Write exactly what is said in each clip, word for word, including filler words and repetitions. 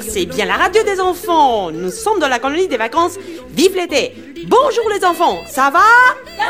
c'est bien la radio des enfants. Nous sommes dans la colonie des vacances. Vive l'été. Bonjour les enfants, ça va? Ça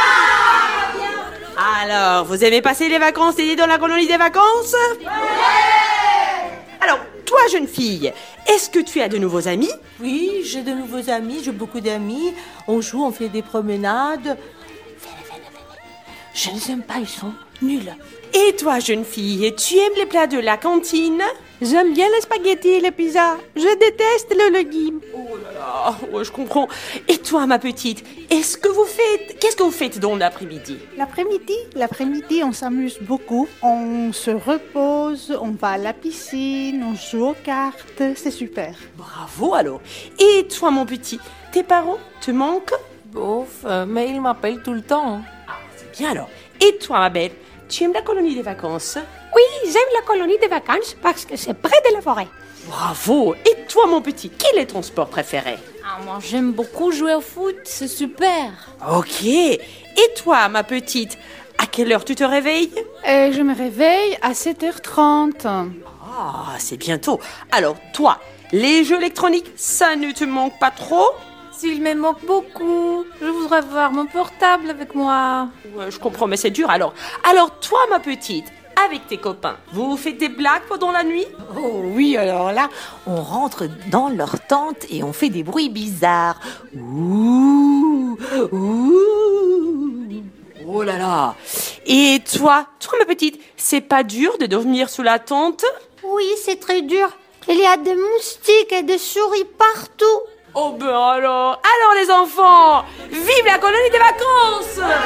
va. Alors, vous aimez passer les vacances et dans la colonie des vacances? Oui. Alors, toi jeune fille, est-ce que tu as de nouveaux amis? Oui, j'ai de nouveaux amis, j'ai beaucoup d'amis. On joue, on fait des promenades. Venez, venez, venez. Je ne les aime pas, ils sont nuls. Et toi jeune fille, tu aimes les plats de la cantine? J'aime bien les spaghettis et les pizzas. Je déteste le légume. Oh là là, ouais, je comprends. Et toi, ma petite, est-ce que vous faites... Qu'est-ce que vous faites dans l'après-midi? L'après-midi, l'après-midi, on s'amuse beaucoup. On se repose, on va à la piscine, on joue aux cartes. C'est super. Bravo alors. Et toi, mon petit, tes parents te manquent? Bof, euh, mais ils m'appellent tout le temps. Ah, c'est bien alors. Et toi, ma belle, tu aimes la colonie des vacances? Oui, j'aime la colonie des vacances parce que c'est près de la forêt. Bravo. Et toi, mon petit, quel est ton sport préféré? Ah, moi, j'aime beaucoup jouer au foot, c'est super. Ok. Et toi, ma petite, à quelle heure tu te réveilles? Et je me réveille à sept heures trente. Ah, c'est bientôt. Alors, toi, les jeux électroniques, ça ne te manque pas trop? S'il me manque beaucoup, je voudrais avoir mon portable avec moi. Ouais, je comprends, mais c'est dur alors. Alors, toi, ma petite, avec tes copains, vous faites des blagues pendant la nuit? Oh oui, alors là, on rentre dans leur tente et on fait des bruits bizarres. Ouh, ouh. Oh là là. Et toi, toi, ma petite, c'est pas dur de dormir sous la tente? Oui, c'est très dur. Il y a des moustiques et des souris partout. Oh ben alors, alors les enfants, vive la colonie des vacances!